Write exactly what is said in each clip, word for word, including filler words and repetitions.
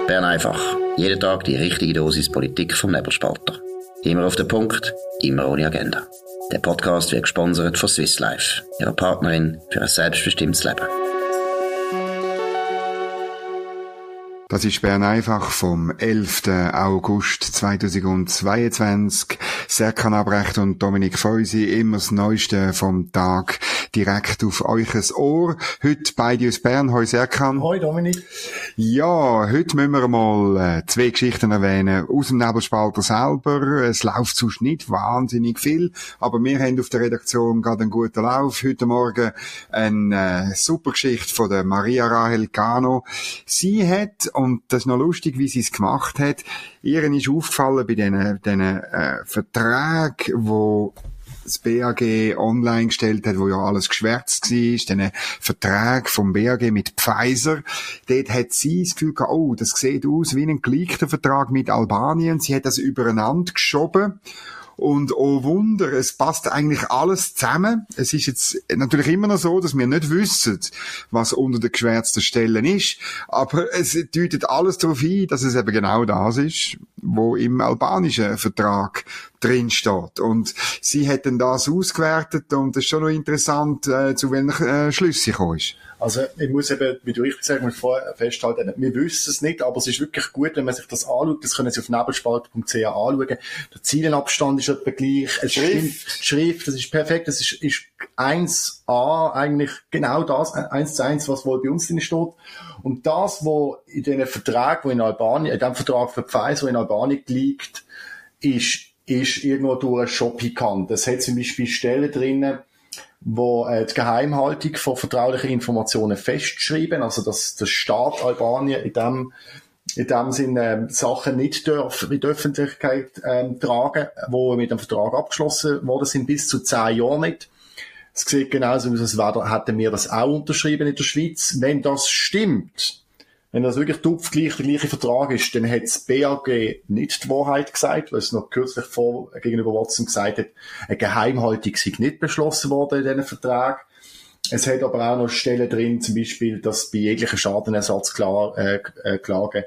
Bern einfach. Jeden Tag die richtige Dosis Politik vom Nebelspalter. Immer auf den Punkt, immer ohne Agenda. Der Podcast wird gesponsert von Swiss Life, ihrer Partnerin für ein selbstbestimmtes Leben. Das ist Bern einfach vom elften August zweitausendzweiundzwanzig. Serkan Abrecht und Dominik Feusi, immer das Neueste vom Tag direkt auf euch Ohr. Heute beide aus Bern. Hoi Serkan. Hoi Dominik. Ja, heute müssen wir mal äh, zwei Geschichten erwähnen aus dem Nebelspalter selber. Es läuft sonst nicht wahnsinnig viel, aber wir haben auf der Redaktion gerade einen guten Lauf. Heute Morgen eine äh, super Geschichte von der Maria Rahel Cano. Sie hat, und das ist noch lustig, wie sie es gemacht hat, ihr ist aufgefallen bei diesen, diesen äh, Verträgen, wo das B A G online gestellt hat, wo ja alles geschwärzt war, diesen Vertrag vom B A G mit Pfizer. Dort hat sie das Gefühl gehabt, oh, das sieht aus wie ein geleakter Vertrag mit Albanien. Sie hat das übereinander geschoben. Und oh Wunder, es passt eigentlich alles zusammen. Es ist jetzt natürlich immer noch so, dass wir nicht wissen, was unter den geschwärzten Stellen ist. Aber es deutet alles darauf hin, dass es eben genau das ist, wo im albanischen Vertrag drin steht. Und sie hat dann das ausgewertet und es ist schon noch interessant, äh, zu welchen äh, Schlüssen sie gekommen ist. Also ich muss eben, wie du richtig gesagt hast, vorher festhalten, wir wissen es nicht, aber es ist wirklich gut, wenn man sich das anschaut. Das können Sie auf nebelspalter punkt c h anschauen. Der Zeilenabstand ist etwa gleich. Es Schrift. Stimmt, Schrift, das ist perfekt. Das ist, ist eins a eigentlich genau das, eins zu eins, was wohl bei uns drin steht. Und das, was in diesem Vertrag, wo in Albanien, in dem Vertrag für Pfizer, wo in Albanien liegt, ist, ist irgendwo durch schon pikant. Es hat zum Beispiel Stellen drinnen, wo äh, die Geheimhaltung von vertraulichen Informationen festschreiben, also dass der Staat Albanien in dem in dem Sinne äh, Sachen nicht dürfen in die Öffentlichkeit ähm, tragen, wo mit dem Vertrag abgeschlossen worden sind, bis zu zehn Jahren nicht. Es sieht genauso aus, als wäre, hätten wir das auch unterschrieben in der Schweiz. Wenn das stimmt, wenn das wirklich tupfgleich der gleiche Vertrag ist, dann hat das B A G nicht die Wahrheit gesagt, weil es noch kürzlich vor, gegenüber Watson gesagt hat, eine Geheimhaltung sei nicht beschlossen worden in diesem Vertrag. Es hat aber auch noch Stellen drin, zum Beispiel, dass bei jeglichen Schadenersatzklagen äh, Klagen,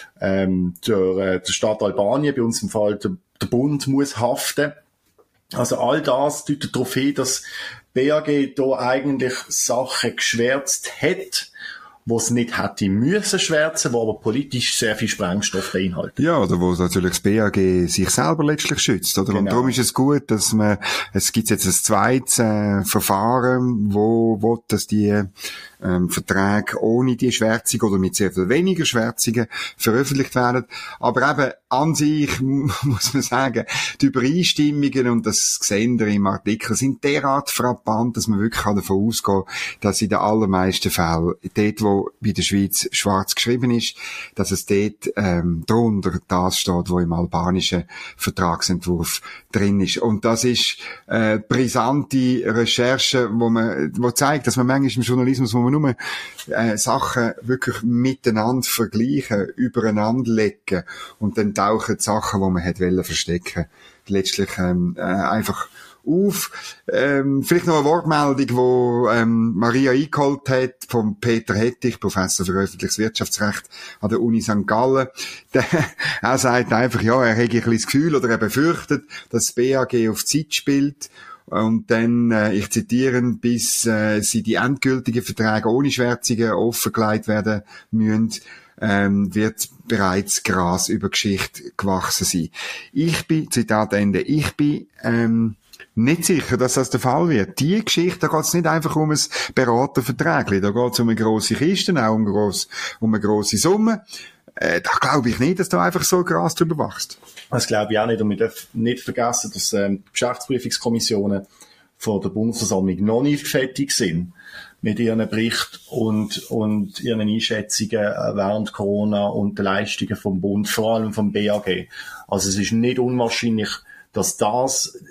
ähm, der, äh, der Staat Albanien, bei uns im Fall der, der Bund, muss haften. Also all das deutet darauf hin, dass B A G da eigentlich Sachen geschwärzt hat, wo es nicht hätte müssen schwärzen, wo aber politisch sehr viel Sprengstoff beinhaltet. Ja, oder wo natürlich das B A G sich selber letztlich schützt, oder? Genau. Und darum ist es gut, dass man, es gibt jetzt ein zweites äh, Verfahren, wo, wo, dass die ähm, Verträge ohne die Schwärzung oder mit sehr viel weniger Schwärzungen veröffentlicht werden. Aber eben an sich muss man sagen, die Übereinstimmungen, und das sehen wir im Artikel, sind derart frappant, dass man wirklich davon ausgehen kann, dass in den allermeisten Fällen, dort wo bei der Schweiz schwarz geschrieben ist, dass es dort ähm, drunter das steht, wo im albanischen Vertragsentwurf drin ist. Und das ist äh, brisante Recherche, wo man, wo zeigt, dass man manchmal im Journalismus, wo man nur äh, Sachen wirklich miteinander vergleichen, übereinander legen und dann tauchen die Sachen, die man hätte wollen verstecken, letztlich ähm, äh, einfach auf. Ähm, vielleicht noch eine Wortmeldung, wo ähm, Maria eingeholt hat, von Peter Hettich, Professor für öffentliches Wirtschaftsrecht an der Uni Sankt Gallen. Der, er sagt einfach, ja, er hätte ein bisschen das Gefühl oder er befürchtet, dass das B A G auf Zeit spielt. Und dann, äh, ich zitiere, bis äh, sie die endgültigen Verträge ohne Schwärzungen offengelegt werden müssen, ähm, wird bereits Gras über Geschichte gewachsen sein. Ich bin, Zitat Ende, ich bin ähm, nicht sicher, dass das der Fall wird. Die Geschichte, da geht es nicht einfach um ein Beratervertrag, da geht es um eine grosse Kiste, auch um, gross, um eine grosse Summe. Äh, da glaube ich nicht, dass da einfach so Gras drüber wächst. Das glaube ich auch nicht. Und wir dürfen nicht vergessen, dass ähm, die Geschäftsprüfungskommissionen von der Bundesversammlung noch nicht fertig sind mit ihren Berichten und, und ihren Einschätzungen während Corona und den Leistungen vom Bund, vor allem vom B A G. Also es ist nicht unwahrscheinlich, dass das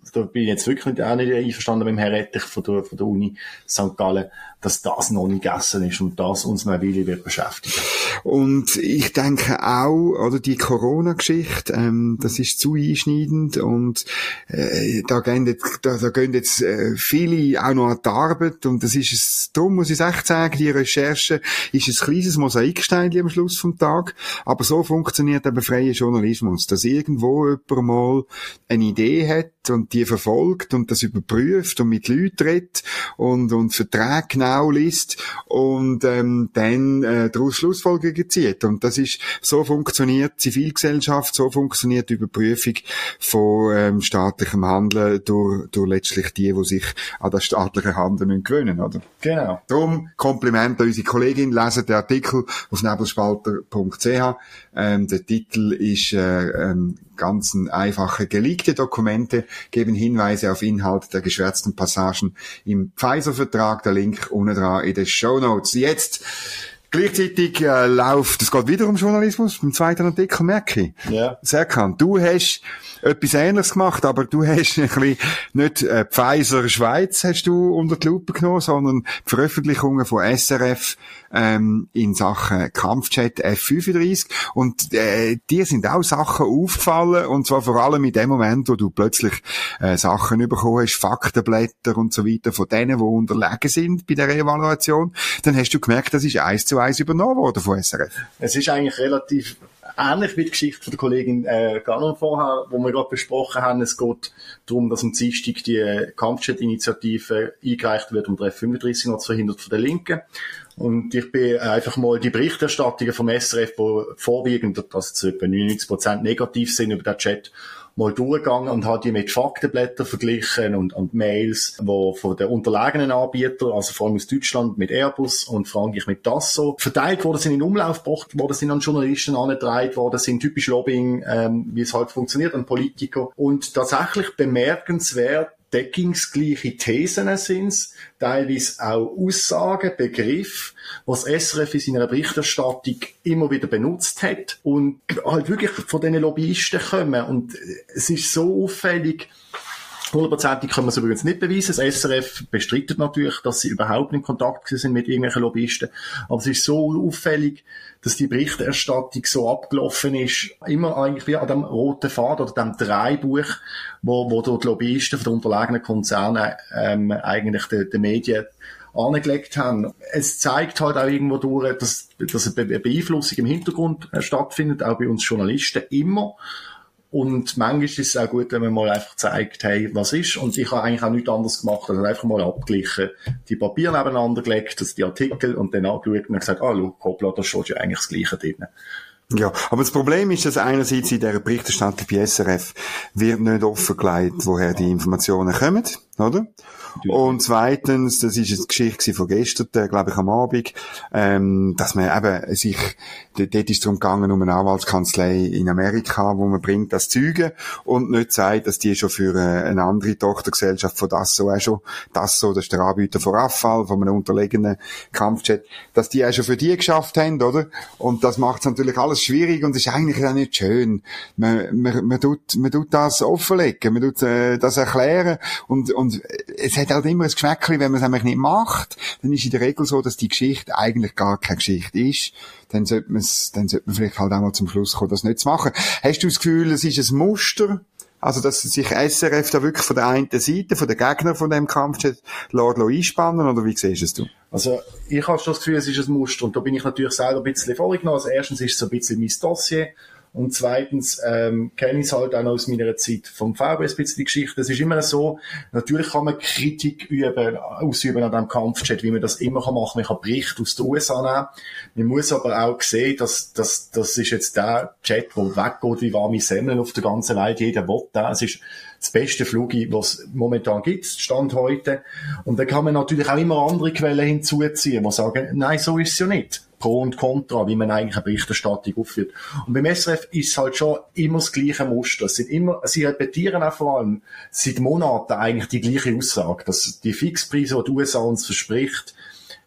da bin ich jetzt wirklich nicht, auch nicht einverstanden mit dem Herrn Rettich von der, von der Uni Sankt Gallen, dass das noch nicht gegessen ist und das uns noch eine Weile wird beschäftigen. Und ich denke auch, oder die Corona-Geschichte, ähm, das ist zu einschneidend und äh, da gehen jetzt, da, da gehen jetzt äh, viele auch noch an die Arbeit und das ist es, darum muss ich es echt sagen, die Recherche ist ein kleines Mosaiksteinchen am Schluss vom Tag, aber so funktioniert eben freier Journalismus, dass irgendwo jemand mal eine Idee hat und die verfolgt und das überprüft und mit Leuten redet und, und Verträge genau liest und ähm, dann äh, daraus Schlussfolgerungen zieht. Und das ist, so funktioniert Zivilgesellschaft, so funktioniert die Überprüfung von ähm, staatlichem Handeln durch, durch letztlich die, die sich an das staatliche Handeln müssen gewöhnen, oder? Genau. Darum Kompliment an unsere Kollegin, lesen den Artikel auf nebelspalter punkt c h. Ähm, der Titel ist äh, ähm, ganz ein einfache geleakte Dokumente geben Hinweise auf Inhalt der geschwärzten Passagen im Pfizer-Vertrag. Der Link unten dran in den Shownotes. Jetzt gleichzeitig äh, läuft, es geht wieder um Journalismus, beim zweiten Artikel merke ich. Ja. Serkan, du hast etwas Ähnliches gemacht, aber du hast ein bisschen nicht äh, Pfizer Schweiz hast du unter die Lupe genommen, sondern die Veröffentlichungen von S R F ähm, in Sachen Kampfjet F fünfunddreißig und äh, dir sind auch Sachen aufgefallen und zwar vor allem in dem Moment, wo du plötzlich äh, Sachen bekommen hast, Faktenblätter und so weiter von denen, die unterlegen sind bei der Evaluation, dann hast du gemerkt, das ist eins zu eins übernommen worden von S R F. Es ist eigentlich relativ ähnlich wie die Geschichte von der Kollegin äh, Gannon vorher, wo wir gerade besprochen haben. Es geht darum, dass am Dienstag die Kampfjet-Initiative eingereicht wird, um den F fünfunddreißig noch zu verhindern von der Linken. Und ich bin einfach mal die Berichterstattungen vom S R F, die vorwiegend, also zu etwa neunundneunzig Prozent negativ sind über den Chat, mal durchgegangen und hat die mit Faktenblättern verglichen und, und Mails, wo von den unterlegenen Anbietern, also vor allem aus Deutschland mit Airbus und Frankreich mit Dassault, verteilt worden sind, in Umlauf gebracht worden sind, an Journalisten angetragen worden sind, typisch Lobbying, ähm, wie es halt funktioniert, an Politiker. Und tatsächlich bemerkenswert, deckungsgleiche Thesen sind's, teilweise auch Aussagen, Begriffe, was S R F in seiner Berichterstattung immer wieder benutzt hat und halt wirklich von diesen Lobbyisten kommen. Und es ist so auffällig, hundertprozentig können wir es übrigens nicht beweisen. Das S R F bestreitet natürlich, dass sie überhaupt in Kontakt sind mit irgendwelchen Lobbyisten. Aber es ist so auffällig, dass die Berichterstattung so abgelaufen ist, immer eigentlich wie an dem roten Faden oder dem Dreibuch, wo, wo dort die Lobbyisten von den unterlegenen Konzernen ähm, eigentlich den, den Medien angelegt haben. Es zeigt halt auch irgendwo durch, dass, dass eine Beeinflussung im Hintergrund stattfindet, auch bei uns Journalisten immer. Und manchmal ist es auch gut, wenn man mal einfach zeigt, hey, was ist? Und ich habe eigentlich auch nichts anderes gemacht, als einfach mal abgeglichen, die Papiere nebeneinander gelegt, also die Artikel, und dann angeschaut und gesagt, ah, schau, hoppla, da steht ja eigentlich das Gleiche drin. Ja, aber das Problem ist, dass einerseits in dieser Berichterstattung bei S R F wird nicht offengelegt, woher die Informationen kommen, oder? Und zweitens, das ist eine Geschichte von gestern, glaube ich, am Abend, ähm, dass man eben sich, dort ist es darum gegangen, um eine Anwaltskanzlei in Amerika, wo man bringt das Zeugen und nicht sagt, dass die schon für eine andere Tochtergesellschaft von Dassault auch schon, Dassault, das ist der Anbieter von Rafale, von einem unterlegenen Kampfjet, dass die auch schon für die geschafft haben, oder? Und das macht es natürlich alles schwierig und ist eigentlich auch nicht schön. Man, man, man tut, man tut das offenlegen, man tut äh, das erklären und, und es hat halt immer ein Geschmäckchen, wenn man es nämlich nicht macht, dann ist in der Regel so, dass die Geschichte eigentlich gar keine Geschichte ist. Dann sollte man es, dann sollte man vielleicht halt auch mal zum Schluss kommen, das nicht zu machen. Hast du das Gefühl, es ist ein Muster? Also, dass sich S R F da wirklich von der einen Seite, von den Gegnern von dem Kampfjet, lässt einspannen, oder wie siehst du es? Also, ich habe schon das Gefühl, es ist ein Muster, und da bin ich natürlich selber ein bisschen vorgenommen. Also, erstens ist es so ein bisschen mein Dossier. Und zweitens ähm, kenne ich es halt auch noch aus meiner Zeit vom V B S ein bisschen die Geschichte. Es ist immer so, natürlich kann man Kritik üben, ausüben an diesem Kampfjet, wie man das immer machen kann. Man kann Berichte aus den U S A nehmen. Man muss aber auch sehen, dass, dass das ist jetzt der Jet, der weggeht wie warme Semmeln auf der ganzen Welt. Jeder will den. Es ist das beste Flug, was es momentan gibt, Stand heute. Und dann kann man natürlich auch immer andere Quellen hinzuziehen, die sagen, nein, so ist es ja nicht. Pro und Contra, wie man eigentlich eine Berichterstattung aufführt. Und beim S R F ist es halt schon immer das gleiche Muster. Es sind immer, sie repetieren auch vor allem seit Monaten eigentlich die gleiche Aussage, dass die Fixpreise, die die U S A uns verspricht,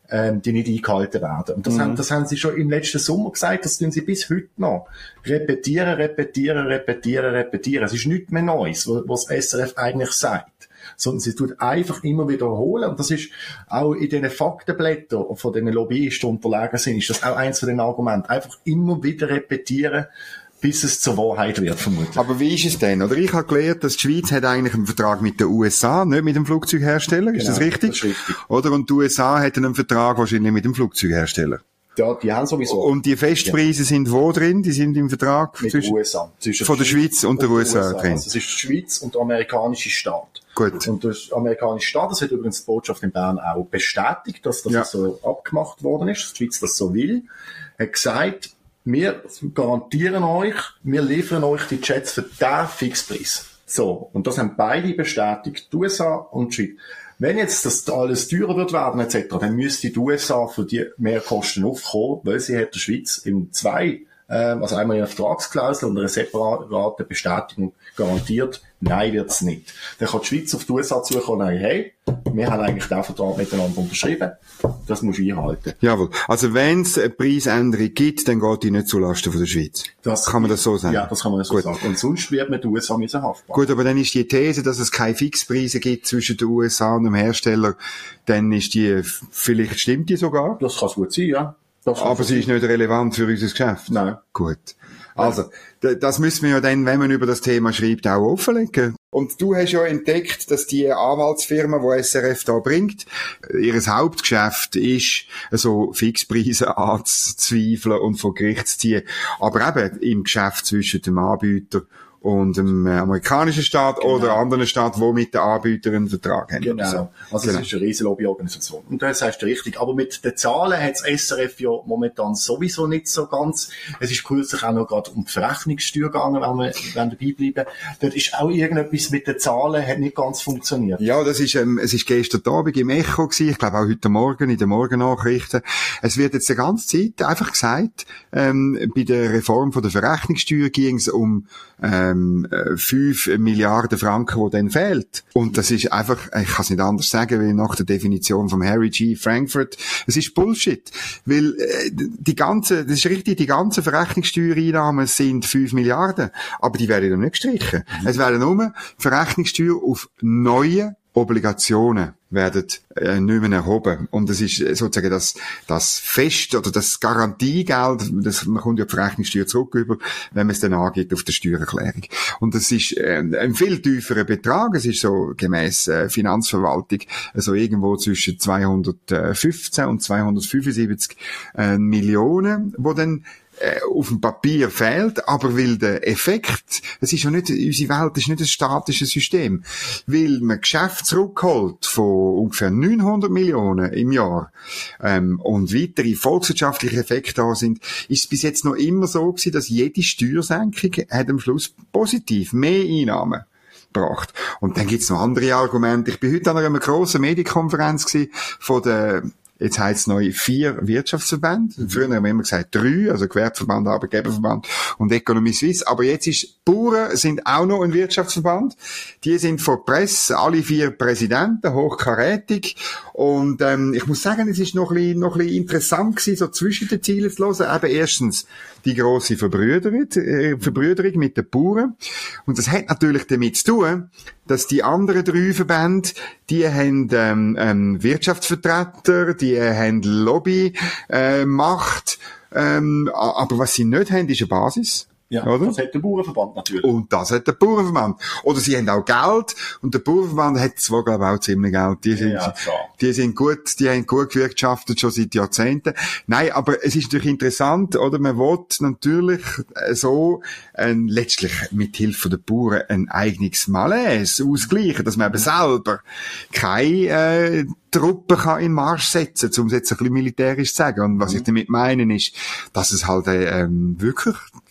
ähm, die nicht eingehalten werden. Und das, Mhm. haben, das haben sie schon im letzten Sommer gesagt, das tun sie bis heute noch. Repetieren, repetieren, repetieren, repetieren. Es ist nichts mehr Neues, was das S R F eigentlich sagt. Sondern sie tut einfach immer wiederholen. Und das ist auch in diesen Faktenblättern von diesen Lobbyisten unterlegen sind, ist das auch eins von den Argumenten. Einfach immer wieder repetieren, bis es zur Wahrheit wird, vermutlich. Aber wie ist es denn? Oder ich habe gelernt, dass die Schweiz hat eigentlich einen Vertrag mit den U S A, nicht mit dem Flugzeughersteller. Ist Genau, das richtig? das ist richtig. Oder? Und die U S A hätten einen Vertrag wahrscheinlich mit dem Flugzeughersteller. Ja, die haben sowieso. Und die Festpreise sind wo drin? Die sind im Vertrag mit den U S A. Zwischen von der Schweiz und der U S A drin. Also es ist die Schweiz und der amerikanische Staat. Gut. Und der amerikanische Staat, das hat übrigens die Botschaft in Bern auch bestätigt, dass das Ja. so abgemacht worden ist, dass die Schweiz das so will, hat gesagt, wir garantieren euch, wir liefern euch die Jets für den Fixpreis. So. Und das haben beide bestätigt, die U S A und die Schweiz. Wenn jetzt das alles teurer wird werden, et cetera, dann müsste die U S A für die Mehrkosten aufkommen, weil sie hat der Schweiz in zwei, ähm, also einmal in einer Vertragsklausel und einer separaten Bestätigung garantiert, nein, wird's nicht. Dann kann die Schweiz auf die U S A zukommen und sagen, hey, wir haben eigentlich den Vertrag miteinander unterschrieben, das musst du einhalten. Jawohl. Also wenn es eine Preisänderung gibt, dann geht die nicht zulasten von der Schweiz. Das, kann man das so sagen? Ja, das kann man so Gut. sagen. Und sonst wird man die U S A müssen haftbar. Gut, aber dann ist die These, dass es keine Fixpreise gibt zwischen den U S A und dem Hersteller, dann ist die, vielleicht stimmt die sogar, Das kann gut sein, ja. Das aber sie ist nicht relevant für unser Geschäft. Nein. Gut. Also, d- das müssen wir ja dann, wenn man über das Thema schreibt, auch offenlegen. Und du hast ja entdeckt, dass die Anwaltsfirma, die S R F da bringt, ihres Hauptgeschäft ist, so Fixpreise anzuzweifeln und vor Gericht zu ziehen. Aber eben im Geschäft zwischen dem Anbieter und dem äh, amerikanischen Staat Genau. oder anderen Staat, wo mit den Anbietern einen Vertrag haben. oder Genau. so. Also Genau. es ist eine riesen Lobbyorganisation. Und das heißt richtig. Aber mit den Zahlen hat das S R F ja momentan sowieso nicht so ganz. Es ist kürzlich auch noch gerade um die Verrechnungssteuer gegangen, wenn wir, wenn wir dabei bleiben. Dort ist auch irgendetwas mit den Zahlen, hat nicht ganz funktioniert. Ja, das ist, ähm, es ist gestern Abend im Echo gewesen, ich glaube auch heute Morgen in den Morgennachrichten. Es wird jetzt die ganze Zeit einfach gesagt, ähm, bei der Reform von der Verrechnungssteuer ging es um ähm, fünf Milliarden Franken, die dann fehlt. Und das ist einfach, ich kann es nicht anders sagen, wie nach der Definition von Harry G. Frankfurt, es ist Bullshit. Weil äh, die ganze, das ist richtig, die ganzen Verrechnungssteuereinnahmen sind fünf Milliarden, aber die werden dann nicht gestrichen. Mhm. Es werden nur Verrechnungssteuer auf neue Obligationen werden äh, nicht mehr erhoben. Und das ist sozusagen das, das Fest oder das Garantiegeld, das, man kommt ja die Verrechnungssteuer zurück über, wenn man es dann angibt auf der Steuererklärung. Und das ist äh, ein viel tieferer Betrag. Es ist so gemäss äh, Finanzverwaltung also irgendwo zwischen zweihundertfünfzehn und zweihundertfünfundsiebzig äh, Millionen, wo dann auf dem Papier fehlt, aber weil der Effekt, es ist ja nicht, unsere Welt ist nicht ein statisches System, weil man Geschäfte zurückholt von ungefähr neunhundert Millionen im Jahr, ähm, und weitere volkswirtschaftliche Effekte da sind, ist es bis jetzt noch immer so gewesen, dass jede Steuersenkung hat am Schluss positiv mehr Einnahmen gebracht. Und dann gibt's noch andere Argumente. Ich bin heute an einer grossen Medienkonferenz gewesen von der Jetzt heisst es neu vier Wirtschaftsverbände. Früher haben wir immer gesagt drei, also Gewerbeverband, Arbeitgeberverband und Economie Suisse. Aber jetzt ist, Bauern sind auch noch ein Wirtschaftsverband. Die sind vor Presse, alle vier Präsidenten, hochkarätig. Und ähm, ich muss sagen, es ist noch ein bisschen, noch ein bisschen interessant gewesen, so zwischen den Zielen zu hören. Eben erstens die grosse Verbrüderung, äh, Verbrüderung mit den Bauern. Und das hat natürlich damit zu tun, dass die anderen drei Verbände, die haben ähm, ähm, Wirtschaftsvertreter, die haben Lobby, äh, Macht, ähm, aber was sie nicht haben, ist eine Basis. Ja, oder? Das hat der Bauernverband natürlich. Und das hat der Bauernverband. Oder sie haben auch Geld, und der Bauernverband hat zwar, glaube ich, auch ziemlich Geld. Die sind, Ja, klar. die sind gut, die haben gut gewirtschaftet, schon seit Jahrzehnten. Nein, aber es ist natürlich interessant, oder? Man will natürlich so, äh, letztlich mit Hilfe der Bauern ein eigenes Malaise ausgleichen, dass man eben selber keine, äh, Truppen kann in Marsch setzen, um es jetzt ein bisschen militärisch zu sagen. Und was ich damit meine ist, dass es halt, äh, ähm, wirklich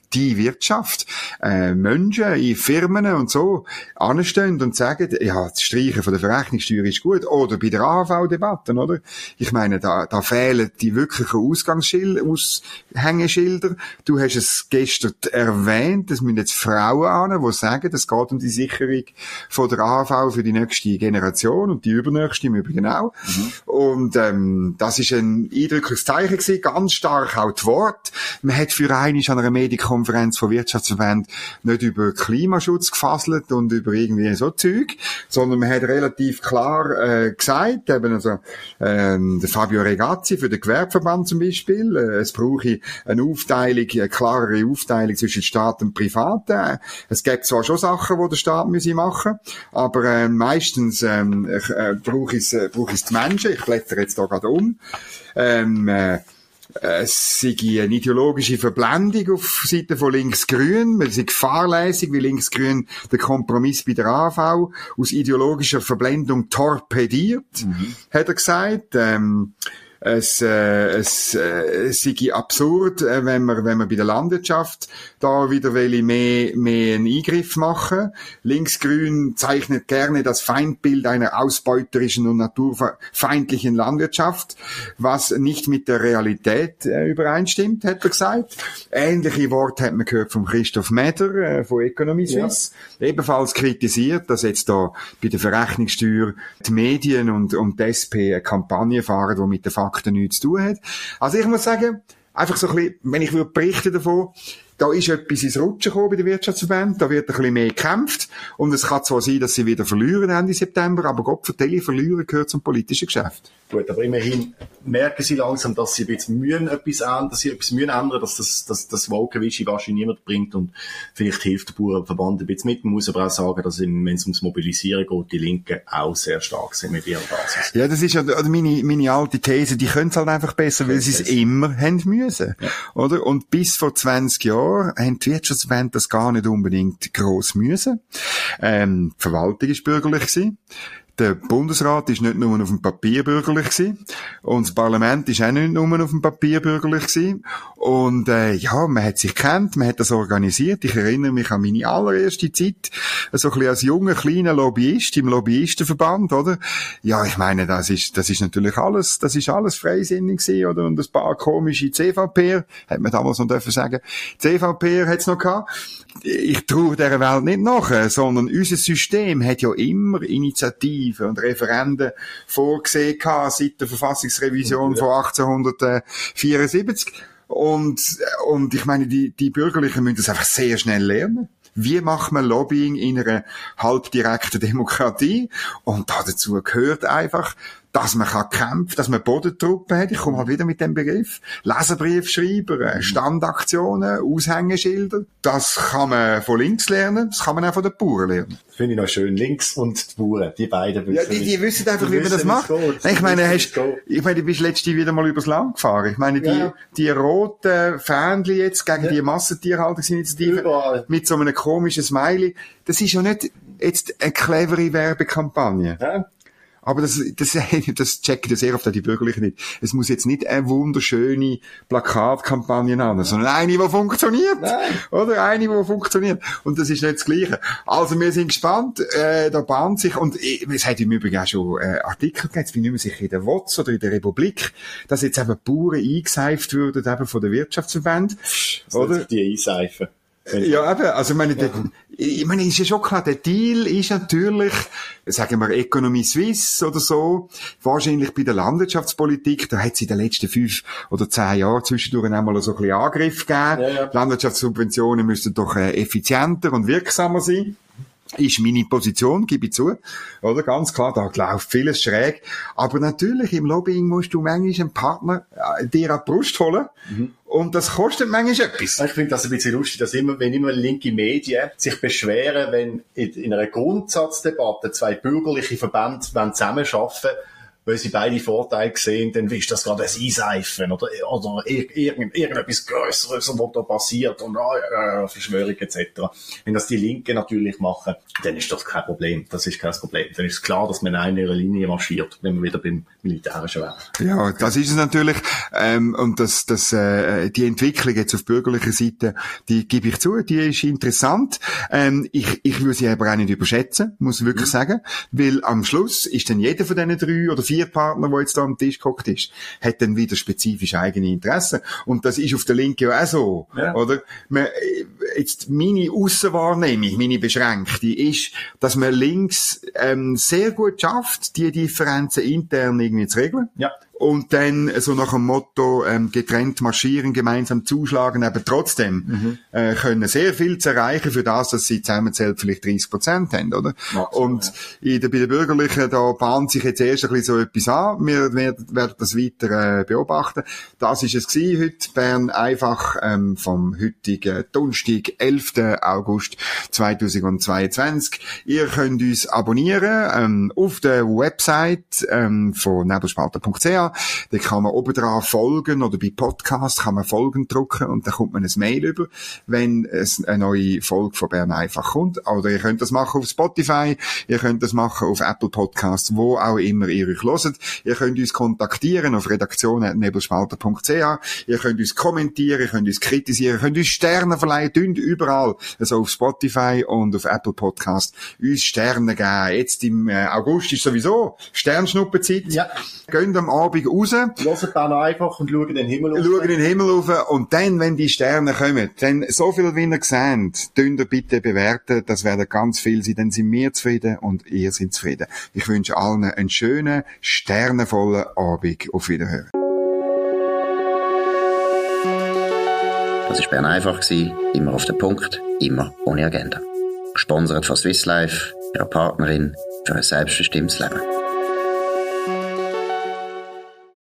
die Wirtschaft, äh, Menschen in Firmen und so anstehen und sagen, ja, das Streichen von der Verrechnungssteuer ist gut, oder bei der A H V-Debatten, oder? Ich meine, da, da fehlen die wirklichen Ausgangsschilder, Aushängeschilder. Du hast es gestern erwähnt, es müssen jetzt Frauen an, die sagen, es geht um die Sicherung von der A H V für die nächste Generation und die übernächste im Übrigen auch. Mhm. Und ähm, das ist ein eindrückliches Zeichen gewesen, ganz stark auch die Worte. Man hat für einmal an einer Medienkonferenz von Wirtschaftsverbänden nicht über Klimaschutz gefasselt und über irgendwie so Zeug, sondern man hat relativ klar äh, gesagt, eben also ähm, der Fabio Regazzi für den Gewerbeverband zum Beispiel, äh, es brauche eine Aufteilung, eine klarere Aufteilung zwischen Staat und Privat. Äh, es gibt zwar schon Sachen, die der Staat müsse machen, aber äh, meistens ähm, äh, brauche ich äh, brauche ich die Menschen. Ich blätter jetzt da gerade um. Ähm, äh, Es sei eine ideologische Verblendung auf Seite von Linksgrün. Es sei fahrlässig, wie Linksgrün den Kompromiss bei der A H V aus ideologischer Verblendung torpediert, mhm. hat er gesagt. Ähm, Es, äh, es, äh, es sei absurd, äh, wenn man, wenn man bei der Landwirtschaft da wieder will mehr, mehr einen Eingriff machen. Linksgrün zeichnet gerne das Feindbild einer ausbeuterischen und naturfeindlichen Landwirtschaft, was nicht mit der Realität äh, übereinstimmt, hat er gesagt. Ähnliche Worte hat man gehört von Christoph Meder äh, von Economy Suisse. Ja. Ebenfalls kritisiert, dass jetzt da bei der Verrechnungssteuer die Medien und, und die S P eine Kampagne fahren, die mit der Fakten nichts zu tun hat. Also ich muss sagen, einfach so ein bisschen, wenn ich würde berichten davon, da ist etwas ins Rutschen gekommen bei den Wirtschaftsverbänden, da wird ein bisschen mehr gekämpft und es kann zwar sein, dass sie wieder verlieren Ende September, aber Gott vertelle, verlieren gehört zum politischen Geschäft. Gut, aber immerhin merken sie langsam, dass sie jetzt mühen etwas ändern, dass sie etwas mühen ändern, dass das, dass das Wolkenwischi-Waschi niemand bringt und vielleicht hilft der Bauernverband ein bisschen mit. Man muss aber auch sagen, dass wenn es ums Mobilisieren geht, die Linken auch sehr stark sind mit ihrer Basis. Ja, das ist ja meine, meine alte These, die können es halt einfach besser, weil sie es immer haben müssen. Ja. Oder? Und bis vor zwanzig Jahren haben die Wirtschaftsverbände das gar nicht unbedingt gross müssen. Ähm, die Verwaltung war bürgerlich gewesen. Der Bundesrat ist nicht nur auf dem Papier bürgerlich gewesen. Und das Parlament ist auch nicht nur auf dem Papier bürgerlich gewesen. Und, äh, ja, man hat sich gekannt, man hat das organisiert. Ich erinnere mich an meine allererste Zeit, so ein bisschen als junger, kleiner Lobbyist im Lobbyistenverband, oder? Ja, ich meine, das ist, das ist natürlich alles, das ist alles freisinnig gewesen, oder? Und ein paar komische C V P'er, hat man damals noch dürfen sagen. C V P'er hat's noch gehabt. Ich traue dieser Welt nicht nach, sondern unser System hat ja immer Initiativen und Referenden vorgesehen gehabt, seit der Verfassungsrevision ja. von achtzehnhundertvierundsiebzig. Und, und ich meine, die, die Bürgerlichen müssen das einfach sehr schnell lernen. Wie macht man Lobbying in einer halbdirekten Demokratie? Und dazu gehört einfach, dass man kann kämpfen, dass man Bodentruppen hat. Ich komme halt wieder mit dem Begriff. Leserbriefschreiber, Standaktionen, Aushängeschilder. Das kann man von links lernen, das kann man auch von den Bauern lernen. Das finde ich noch schön. Links und die Bauern, die beiden wissen. Ja, die, die wissen einfach, die wie man das macht. Ich meine, hast, ich meine, du bist letztens wieder mal übers Land gefahren. Ich meine, die, ja. die roten Fähnchen jetzt gegen ja. die Massentierhaltungsinitiative Überall. Mit so einem komischen Smiley, das ist ja nicht jetzt eine clevere Werbekampagne. Ja. Aber das, das, das checken sehr oft auch die Bürgerlichen nicht. Es muss jetzt nicht eine wunderschöne Plakatkampagne haben, sondern eine, die funktioniert. Nein. Oder eine, die funktioniert. Und das ist nicht das Gleiche. Also wir sind gespannt, äh, da bahnt sich, und es hat im Übrigen auch schon äh, Artikel gegeben, jetzt bin ich nicht mehr sicher, in der W O Z oder in der Republik, dass jetzt eben Bauern eingeseift würden, eben von der Wirtschaftsverband. Oder? Die einseifen. Ja, eben, also ich meine, der, ich meine, ist ja schon klar, der Deal ist natürlich, sagen wir, Economy Suisse oder so, wahrscheinlich bei der Landwirtschaftspolitik, da hat es in den letzten fünf oder zehn Jahren zwischendurch einmal so ein bisschen Angriff gegeben. Ja, ja. Landwirtschaftssubventionen müssten doch äh, effizienter und wirksamer sein. Ist meine Position, gebe ich zu. Oder? Ganz klar, da läuft vieles schräg. Aber natürlich, im Lobbying musst du manchmal einen Partner äh, dir an die Brust holen. Mhm. Und das kostet manchmal etwas. Ich finde das ein bisschen lustig, dass immer, wenn immer linke Medien sich beschweren, wenn in, in einer Grundsatzdebatte zwei bürgerliche Verbände zusammenarbeiten weil sie beide Vorteile sehen, dann ist das gerade ein Einseifen oder, oder irgend, irgendetwas Größeres, was da passiert und äh, Verschwörung et cetera. Wenn das die Linken natürlich machen, dann ist das kein Problem. Das ist kein Problem. Dann ist es klar, dass man in einer Linie marschiert, wenn wir wieder beim Militärischen wären. Ja, das ist es natürlich. Ähm, und das, das, äh, die Entwicklung jetzt auf bürgerlicher Seite, die gebe ich zu, die ist interessant. Ähm, ich, ich würde sie aber auch nicht überschätzen, muss ich wirklich mhm. sagen. Weil am Schluss ist dann jeder von diesen drei oder vier Partnern, der jetzt da am Tisch gehockt ist, hat dann wieder spezifisch eigene Interessen. Und das ist auf der Linken ja auch so, ja. Oder? Man, jetzt meine Aussenwahrnehmung, meine beschränkte, ist, dass man links ähm, sehr gut schafft, die Differenzen intern irgendwie zu regeln. Ja. Und dann so nach dem Motto ähm, getrennt marschieren, gemeinsam zuschlagen, aber trotzdem mhm. äh, können sehr viel zu erreichen für das, dass sie zusammenzählt vielleicht dreißig Prozent haben, oder? Absolut, und ja. in der, bei den Bürgerlichen, da bahnt sich jetzt erst ein bisschen so etwas an. Wir werden, werden das weiter äh, beobachten. Das ist es gewesen heute. Bern einfach ähm, vom heutigen Donnerstag, elften August zweitausendzweiundzwanzig. Ihr könnt uns abonnieren ähm, auf der Website ähm, von nebelspalter punkt c h. Da kann man oben dran folgen oder bei Podcasts kann man Folgen drücken und dann kommt man ein Mail über, wenn es eine neue Folge von Bern einfach kommt. Oder ihr könnt das machen auf Spotify, ihr könnt das machen auf Apple Podcasts, wo auch immer ihr euch hört. Ihr könnt uns kontaktieren auf redaktion at nebelspalter punkt c h. Ihr könnt uns kommentieren, ihr könnt uns kritisieren, ihr könnt uns Sterne verleihen, dünnt überall, also auf Spotify und auf Apple Podcasts, uns Sterne geben. Jetzt im August ist sowieso Sternschnuppenzeit. Ja. Gehen am Abend raus. Hören dann einfach und schauen den Himmel auf. Schauen den Himmel auf. Und dann, wenn die Sterne kommen, dann so viel, wie ihr seht, dünnt ihr bitte bewerten. Das werden ganz viel sein. Dann sind wir zufrieden und ihr seid zufrieden. Ich wünsche allen einen schönen, sternenvollen Abend. Auf Wiederhören. Das war Bern einfach. Immer auf den Punkt, immer ohne Agenda. Gesponsert von Swiss Life, ihrer Partnerin für ein selbstbestimmtes Leben.